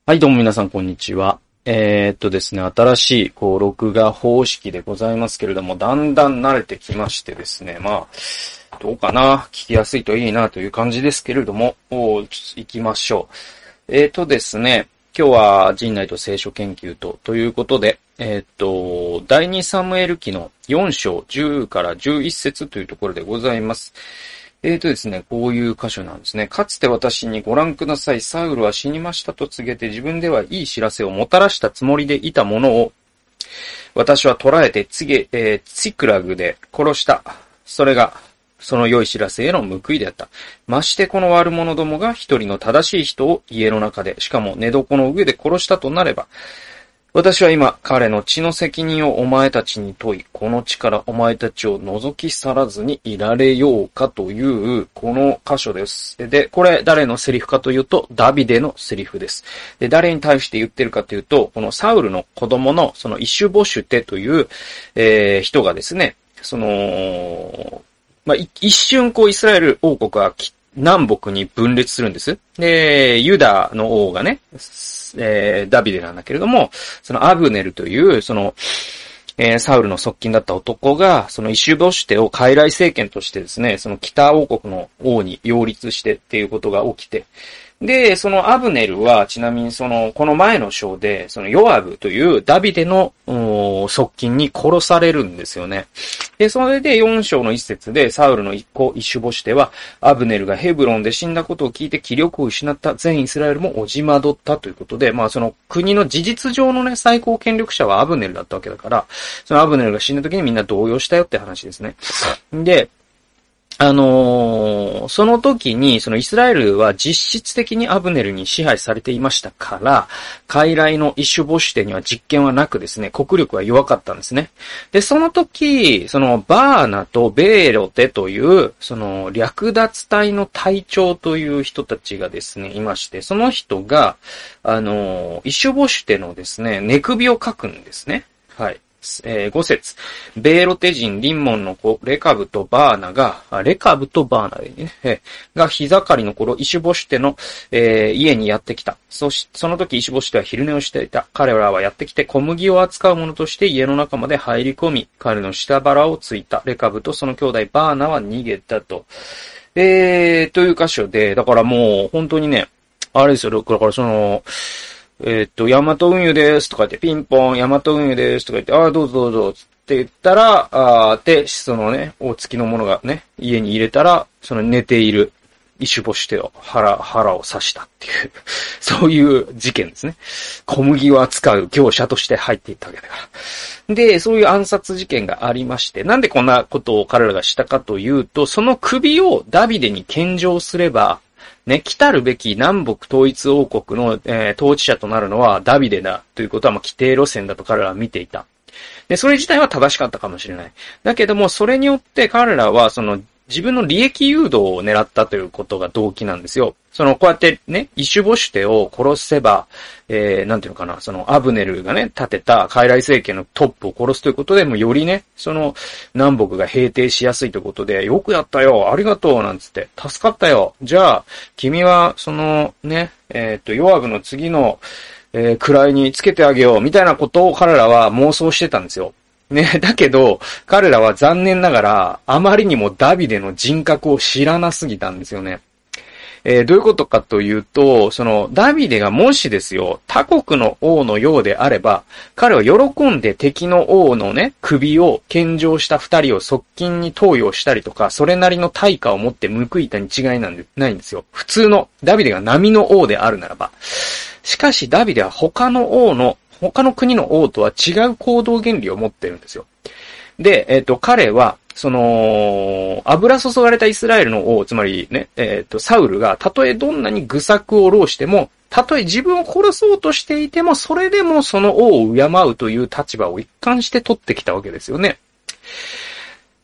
はい、どうも皆さん、こんにちは。ですね、新しい、録画方式でございますけれども、だんだん慣れてきましてですね、どうかな、聞きやすいといいなという感じですけれども、行きましょう。ですね、今日は陣内と聖書研究ということで、第2サムエル記の4章10から11節というところでございます。ですね、こういう箇所なんですね。かつて私にご覧ください。サウルは死にましたと告げて自分ではいい知らせをもたらしたつもりでいたものを私は捕らえてツィクラグで殺した。それがその良い知らせへの報いであった。ましてこの悪者どもが一人の正しい人を家の中で、しかも寝床の上で殺したとなれば、私は今、彼の血の責任をお前たちに問い、この地からお前たちを除き去らずにいられようかという、この箇所です。で、これ誰のセリフかというと、ダビデのセリフです。で、誰に対して言ってるかというと、このサウルの子供の、そのイシュボシュテという、人がですね、一瞬イスラエル王国は南北に分裂するんです。で、ユダの王がね、ダビデなんだけれども、そのアブネルという、サウルの側近だった男が、そのイシュボシュテを傀儡政権としてですね、その北王国の王に擁立してっていうことが起きて、で、そのアブネルは、ちなみにこの前の章で、そのヨアブというダビデの側近に殺されるんですよね。で、それで4章の一節で、サウルの一子イシュボシュテは、アブネルがヘブロンで死んだことを聞いて気力を失った全イスラエルもおじまどったということで、その国の事実上のね、最高権力者はアブネルだったわけだから、そのアブネルが死んだ時にみんな動揺したよって話ですね。で、その時に、そのイスラエルは実質的にアブネルに支配されていましたから、傀儡のイシュボシュテには実権はなくですね、国力は弱かったんですね。で、その時、そのバーナとベーロテという、その略奪隊の隊長という人たちがですね、いまして、その人が、イシュボシュテのですね、寝首をかくんですね。はい。5節。ベーロテ人リンモンの子、レカブとバーナでね、が膝刈りの頃、イシュボシュテの、家にやってきた。その時イシュボシュテは昼寝をしていた。彼らはやってきて小麦を扱う者として家の中まで入り込み、彼の下腹をついた。レカブとその兄弟バーナは逃げたと。という箇所で、だからもう本当にね、あれですよ、だからヤマト運輸ですとか言って、ピンポン、ヤマト運輸ですとか言って、どうぞどうぞって言ったら、そのね、お付きの者がね、家に入れたら、その寝ているイシュボシュテを腹を刺したっていう、そういう事件ですね。小麦を扱う業者として入っていったわけだから。で、そういう暗殺事件がありまして、なんでこんなことを彼らがしたかというと、その首をダビデに献上すれば、ね、来たるべき南北統一王国の、統治者となるのはダビデだということは規定路線だと彼らは見ていた。で、それ自体は正しかったかもしれない。だけども、それによって彼らは自分の利益誘導を狙ったということが動機なんですよ。こうやってね、イシュボシュテを殺せば、なんていうのかな、アブネルがね、立てた傀儡政権のトップを殺すということで、もよりね、南北が平定しやすいということで、よくやったよ、ありがとう、なんつって、助かったよ。じゃあ、君は、ヨアブの次の、位につけてあげよう、みたいなことを彼らは妄想してたんですよ。ね、だけど、彼らは残念ながら、あまりにもダビデの人格を知らなすぎたんですよね。どういうことかというと、ダビデがもしですよ、他国の王のようであれば、彼は喜んで敵の王のね、首を献上した二人を側近に投与したりとか、それなりの対価を持って報いたに違いないんですよ。普通の、ダビデが並の王であるならば。しかし、ダビデは他の国の王とは違う行動原理を持ってるんですよ。で、彼は、油注がれたイスラエルの王、つまりね、サウルが、たとえどんなに愚策を浪しても、たとえ自分を殺そうとしていても、それでもその王を敬うという立場を一貫して取ってきたわけですよね。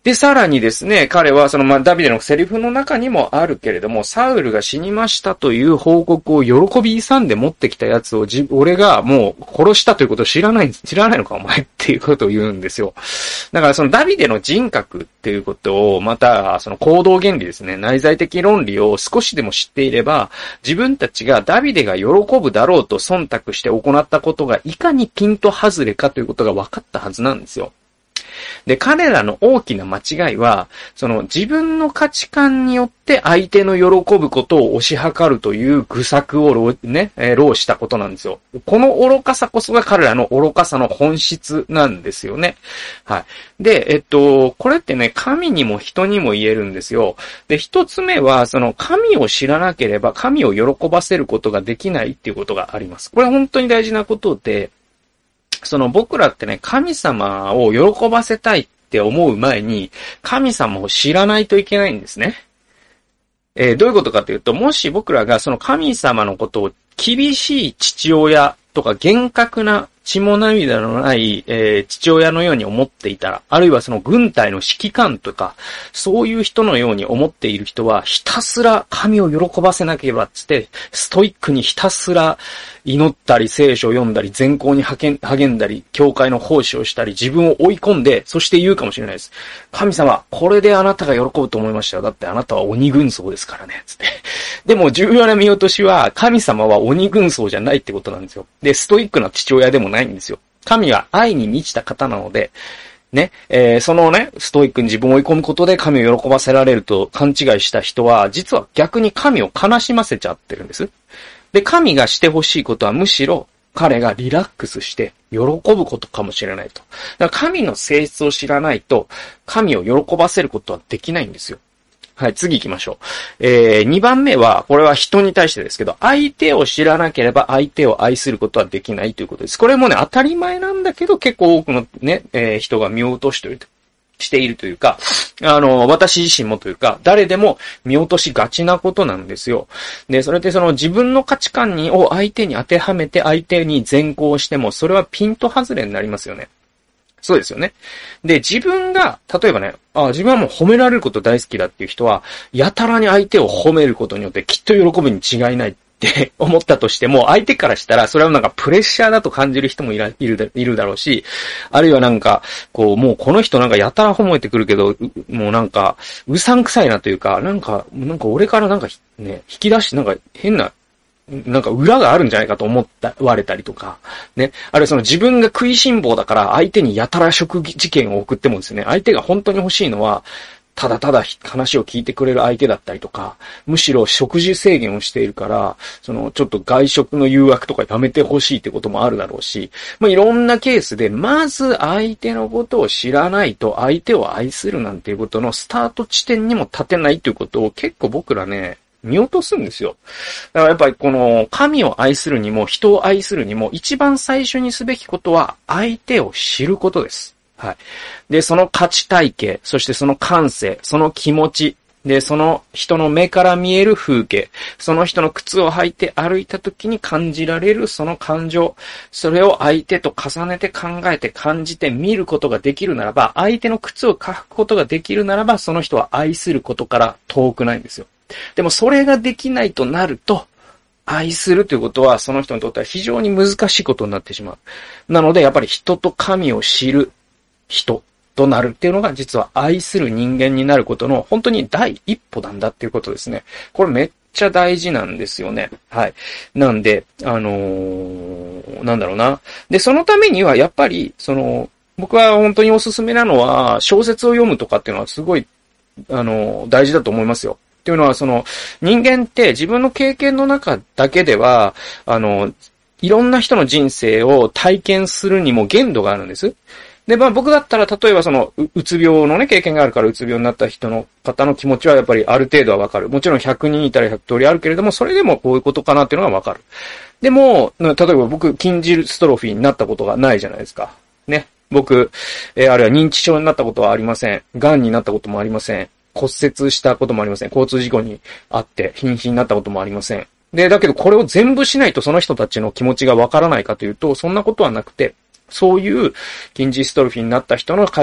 で、さらにですね、彼はダビデのセリフの中にもあるけれども、サウルが死にましたという報告を喜び勇んで持ってきたやつを俺がもう殺したということを知らないのかお前っていうことを言うんですよ。だからダビデの人格っていうことを、また行動原理ですね、内在的論理を少しでも知っていれば、自分たちがダビデが喜ぶだろうと忖度して行ったことがいかにピント外れかということが分かったはずなんですよ。で、彼らの大きな間違いは、自分の価値観によって相手の喜ぶことを推し量るという愚策を浪したことなんですよ。この愚かさこそが彼らの愚かさの本質なんですよね。はい。で、これってね、神にも人にも言えるんですよ。で、一つ目は、神を知らなければ神を喜ばせることができないっていうことがあります。これは本当に大事なことで、僕らってね、神様を喜ばせたいって思う前に、神様を知らないといけないんですね。どういうことかというと、もし僕らが神様のことを厳しい父親とか厳格な血も涙のない、父親のように思っていたら、あるいは軍隊の指揮官とか、そういう人のように思っている人は、ひたすら神を喜ばせなければつって、ストイックにひたすら祈ったり、聖書を読んだり、善行に励んだり、教会の奉仕をしたり、自分を追い込んで、そして言うかもしれないです。神様、これであなたが喜ぶと思いましたよ。だってあなたは鬼軍曹ですからね。つって。でも重要な見落としは、神様は鬼軍曹じゃないってことなんですよ。で、ストイックな父親でもないんですよ。神は愛に満ちた方なので、ね、ストイックに自分を追い込むことで神を喜ばせられると勘違いした人は、実は逆に神を悲しませちゃってるんです。で、神がしてほしいことはむしろ、彼がリラックスして喜ぶことかもしれないと。だから神の性質を知らないと、神を喜ばせることはできないんですよ。はい、次行きましょう。2番目は、これは人に対してですけど、相手を知らなければ相手を愛することはできないということです。これもね、当たり前なんだけど、結構多くのね、人が見落としているというか、私自身もというか、誰でも見落としがちなことなんですよ。で、それって自分の価値観を相手に当てはめて相手に善行しても、それはピント外れになりますよね。そうですよね。で、自分が、例えばね、自分はもう褒められること大好きだっていう人は、やたらに相手を褒めることによってきっと喜ぶに違いないって思ったとしても、相手からしたらそれはなんかプレッシャーだと感じる人もいるだろうし、あるいはなんか、もうこの人なんかやたら褒めてくるけど、もうなんか、うさんくさいなというか、なんか俺からなんかね、引き出してなんか変な、なんか裏があるんじゃないかと思われたりとか、ね。あるいは自分が食いしん坊だから相手にやたら食事券を送ってもですね、相手が本当に欲しいのは、ただただ話を聞いてくれる相手だったりとか、むしろ食事制限をしているから、ちょっと外食の誘惑とかやめてほしいってこともあるだろうし、いろんなケースで、まず相手のことを知らないと相手を愛するなんていうことのスタート地点にも立てないということを結構僕らね、見落とすんですよ。だからやっぱり神を愛するにも人を愛するにも一番最初にすべきことは相手を知ることです。はい。で、その価値体系、そしてその感性、その気持ち、で、その人の目から見える風景、その人の靴を履いて歩いた時に感じられるその感情、それを相手と重ねて考えて感じて見ることができるならば、相手の靴を履くことができるならば、その人は愛することから遠くないんですよ。でもそれができないとなると、愛するということはその人にとっては非常に難しいことになってしまう。なのでやっぱり人と神を知る人となるっていうのが実は愛する人間になることの本当に第一歩なんだっていうことですね。これめっちゃ大事なんですよね。はい。なんで、なんだろうな。で、そのためにはやっぱり、僕は本当におすすめなのは小説を読むとかっていうのはすごい、大事だと思いますよ。っていうのは、人間って自分の経験の中だけでは、いろんな人の人生を体験するにも限度があるんです。で、僕だったら、例えばうつ病のね、経験があるからうつ病になった方の気持ちはやっぱりある程度はわかる。もちろん100人いたら100通りあるけれども、それでもこういうことかなっていうのがわかる。でも、例えば僕、筋ジストロフィーになったことがないじゃないですか。ね。僕、あるいは認知症になったことはありません。癌になったこともありません。骨折したこともありません。交通事故にあって瀕死になったこともありません。で、だけどこれを全部しないとその人たちの気持ちがわからないかというと、そんなことはなくて、そういう筋ジストロフィーになった人の書いた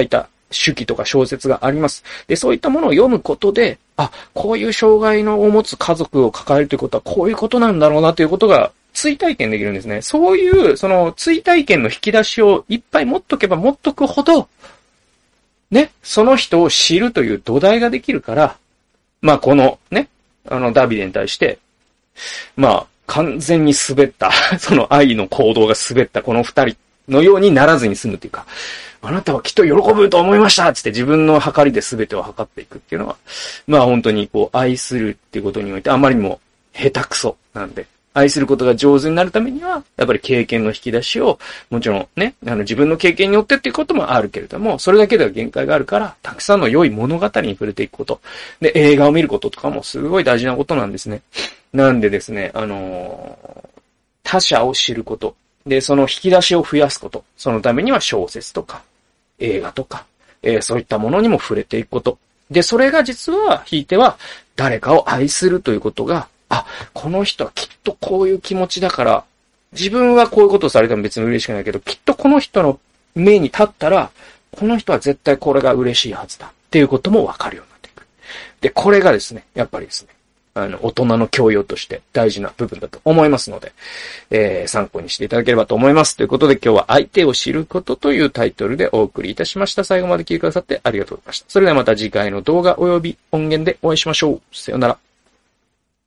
手記とか小説があります。で、そういったものを読むことで、こういう障害のを持つ家族を抱えるということはこういうことなんだろうなということが追体験できるんですね。そういう、その追体験の引き出しをいっぱい持っとけば持っとくほど、ね、その人を知るという土台ができるから、このね、ダビデに対して、完全に滑った、その愛の行動が滑ったこの二人のようにならずに済むというか、あなたはきっと喜ぶと思いましたつって自分の計りで全てを測っていくっていうのは、本当に愛するっていうことにおいてあまりにも下手くそなんで、愛することが上手になるためには、やっぱり経験の引き出しを、もちろんね、自分の経験によってっていうこともあるけれども、それだけでは限界があるから、たくさんの良い物語に触れていくこと。で、映画を見ることとかもすごい大事なことなんですね。なんでですね、他者を知ること。で、その引き出しを増やすこと。そのためには小説とか、映画とか、そういったものにも触れていくこと。で、それが実は、ひいては、誰かを愛するということが、この人はきっとこういう気持ちだから、自分はこういうことをされても別に嬉しくないけど、きっとこの人の目に立ったら、この人は絶対これが嬉しいはずだっていうこともわかるようになっていく。で、これがですね、やっぱりですね、大人の教養として大事な部分だと思いますので、参考にしていただければと思います。ということで今日は相手を知ることというタイトルでお送りいたしました。最後まで聞いてくださってありがとうございました。それではまた次回の動画及び音源でお会いしましょう。さようなら。